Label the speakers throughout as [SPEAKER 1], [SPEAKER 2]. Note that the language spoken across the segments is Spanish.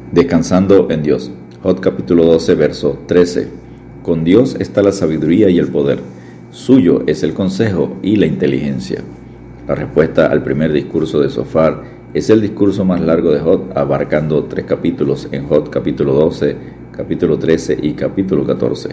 [SPEAKER 1] Descansando en Dios. Job capítulo 12, verso 13. Con Dios está la sabiduría y el poder. Suyo es el consejo y la inteligencia. La respuesta al primer discurso de Zofar es el discurso más largo de Job, abarcando 3 capítulos en Job capítulo 12, capítulo 13 y capítulo 14.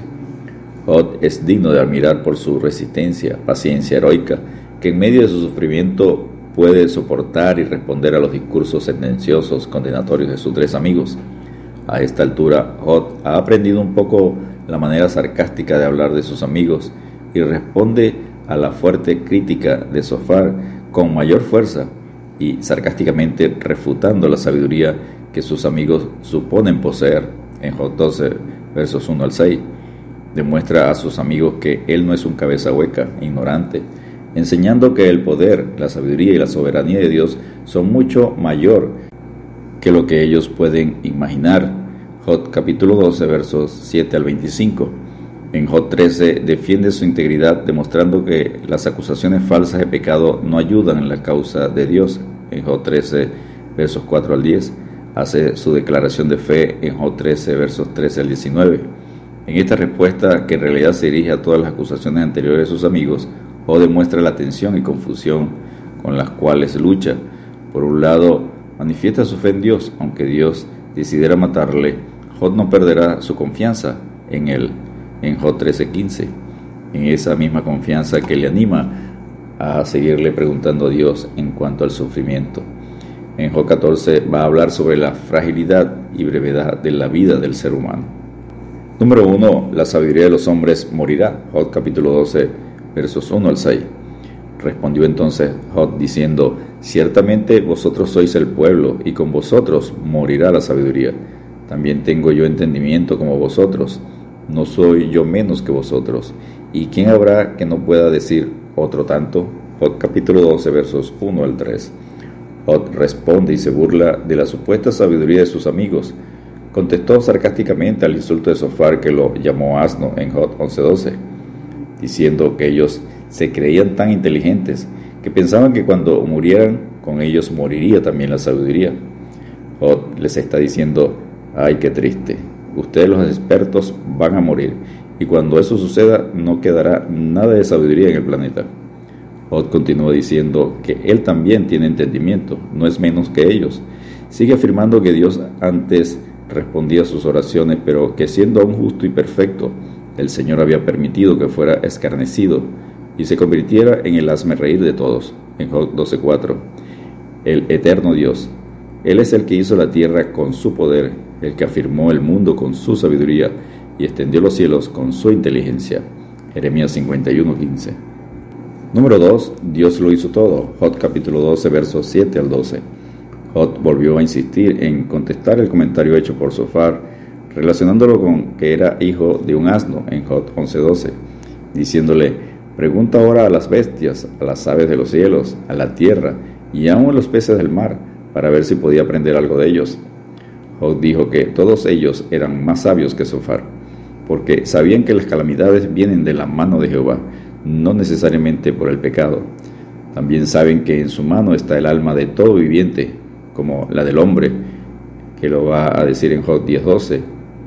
[SPEAKER 1] Job es digno de admirar por su resistencia, paciencia heroica, que en medio de su sufrimiento puede soportar y responder a los discursos sentenciosos condenatorios de sus 3 amigos. A esta altura, Job ha aprendido un poco la manera sarcástica de hablar de sus amigos y responde a la fuerte crítica de Zofar con mayor fuerza y sarcásticamente refutando la sabiduría que sus amigos suponen poseer. En Job 12, versos 1 al 6, demuestra a sus amigos que él no es un cabeza hueca, ignorante, enseñando que el poder, la sabiduría y la soberanía de Dios son mucho mayor que lo que ellos pueden imaginar. Job capítulo 12, versos 7 al 25. En Job 13 defiende su integridad, demostrando que las acusaciones falsas de pecado no ayudan en la causa de Dios. En Job 13, versos 4 al 10, hace su declaración de fe en Job 13, versos 13 al 19. En esta respuesta, que en realidad se dirige a todas las acusaciones anteriores de sus amigos, Job demuestra la tensión y confusión con las cuales lucha. Por un lado, manifiesta su fe en Dios. Aunque Dios decidiera matarle, Job no perderá su confianza en él. En Job 13:15, en esa misma confianza que le anima a seguirle preguntando a Dios en cuanto al sufrimiento. En Job 14 va a hablar sobre la fragilidad y brevedad de la vida del ser humano. Número 1. La sabiduría de los hombres morirá. Job capítulo 12, versos 1 al 6. Respondió entonces Job diciendo: ciertamente vosotros sois el pueblo, y con vosotros morirá la sabiduría. También tengo yo entendimiento como vosotros. No soy yo menos que vosotros. ¿Y quién habrá que no pueda decir otro tanto? Job capítulo 12, versos 1 al 3. Job responde y se burla de la supuesta sabiduría de sus amigos. Contestó sarcásticamente al insulto de Zofar, que lo llamó asno, en Job 11:12, diciendo que ellos se creían tan inteligentes que pensaban que cuando murieran, con ellos moriría también la sabiduría. Job les está diciendo: ¡ay, qué triste! Ustedes, los expertos, van a morir, y cuando eso suceda no quedará nada de sabiduría en el planeta. Job continúa diciendo que él también tiene entendimiento, no es menos que ellos. Sigue afirmando que Dios antes respondía a sus oraciones, pero que siendo aún justo y perfecto, el Señor había permitido que fuera escarnecido y se convirtiera en el hazmerreír de todos. En Job 12:4, el eterno Dios, Él es el que hizo la tierra con su poder, el que afirmó el mundo con su sabiduría y extendió los cielos con su inteligencia. Jeremías 51:15. Número 2. Dios lo hizo todo. Job capítulo 12, versos 7 al 12. Job volvió a insistir en contestar el comentario hecho por Zofar, relacionándolo con que era hijo de un asno, en Job 11:12, diciéndole: pregunta ahora a las bestias, a las aves de los cielos, a la tierra y aun a los peces del mar, para ver si podía aprender algo de ellos. Job dijo que todos ellos eran más sabios que Zofar, porque sabían que las calamidades vienen de la mano de Jehová, no necesariamente por el pecado. También saben que en su mano está el alma de todo viviente, como la del hombre, que lo va a decir en Job 10:12,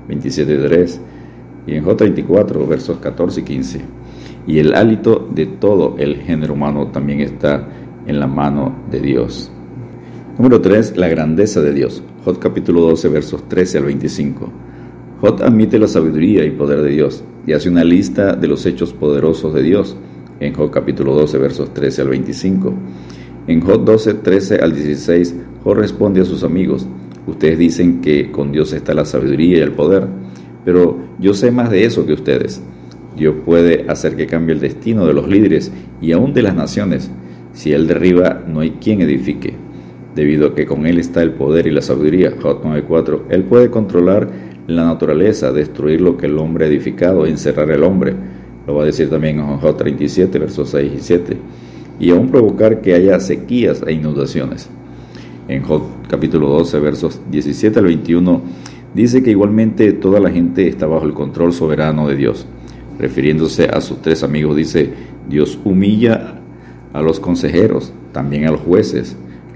[SPEAKER 1] 27:3, y en Job 34, versos 14 y 15. Y el hálito de todo el género humano también está en la mano de Dios. Número 3. La grandeza de Dios. Job capítulo 12, versos 13 al 25. Job admite la sabiduría y poder de Dios y hace una lista de los hechos poderosos de Dios en Job capítulo 12, versos 13 al 25. En Job 12, 13 al 16, Job responde a sus amigos: ustedes dicen que con Dios está la sabiduría y el poder, pero yo sé más de eso que ustedes. Dios puede hacer que cambie el destino de los líderes y aún de las naciones. Si Él derriba, no hay quien edifique. Debido a que con Él está el poder y la sabiduría, Job 9:4, Él puede controlar la naturaleza, destruir lo que el hombre ha edificado, encerrar al hombre. Lo va a decir también en Job 37, versos 6 y 7. Y aún provocar que haya sequías e inundaciones. En Job capítulo 12, versos 17 al 21, dice que igualmente toda la gente está bajo el control soberano de Dios. Refiriéndose a sus 3 amigos, dice: Dios humilla a los consejeros, también a los jueces,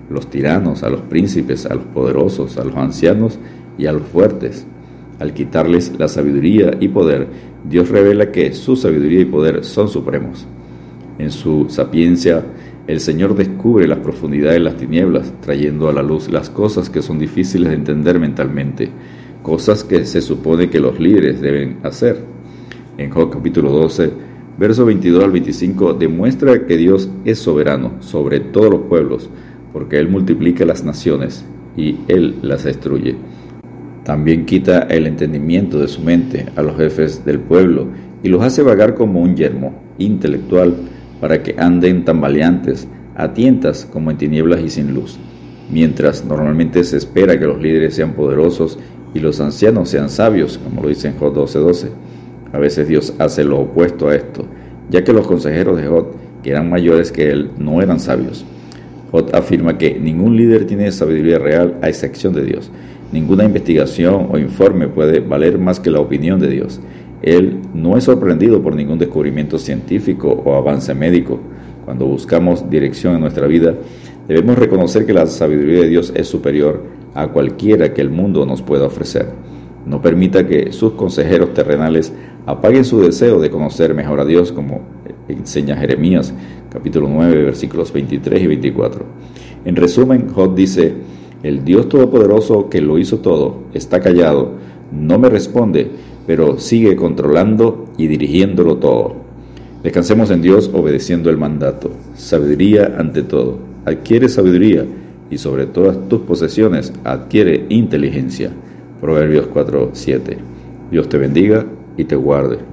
[SPEAKER 1] los tiranos, a los príncipes, a los poderosos, a los ancianos y a los fuertes. Al quitarles la sabiduría y poder, Dios revela que su sabiduría y poder son supremos. En su sapiencia, el Señor descubre las profundidades de las tinieblas, trayendo a la luz las cosas que son difíciles de entender mentalmente, cosas que se supone que los líderes deben hacer. En Job capítulo 12, verso 22 al 25, demuestra que Dios es soberano sobre todos los pueblos, porque Él multiplica las naciones y Él las destruye. También quita el entendimiento de su mente a los jefes del pueblo y los hace vagar como un yermo intelectual para que anden tambaleantes, a tientas como en tinieblas y sin luz. Mientras normalmente se espera que los líderes sean poderosos y los ancianos sean sabios, como lo dice en Job 12:12. A veces Dios hace lo opuesto a esto, ya que los consejeros de Job, que eran mayores que él, no eran sabios. Job afirma que ningún líder tiene sabiduría real a excepción de Dios. Ninguna investigación o informe puede valer más que la opinión de Dios. Él no es sorprendido por ningún descubrimiento científico o avance médico. Cuando buscamos dirección en nuestra vida, debemos reconocer que la sabiduría de Dios es superior a cualquiera que el mundo nos pueda ofrecer. No permita que sus consejeros terrenales apaguen su deseo de conocer mejor a Dios, como enseña Jeremías, capítulo 9, versículos 23 y 24. En resumen, Job dice: el Dios Todopoderoso que lo hizo todo está callado, no me responde, pero sigue controlando y dirigiéndolo todo. Descansemos en Dios obedeciendo el mandato. Sabiduría ante todo. Adquiere sabiduría y sobre todas tus posesiones adquiere inteligencia. Proverbios 4:7. Dios te bendiga y te guarde.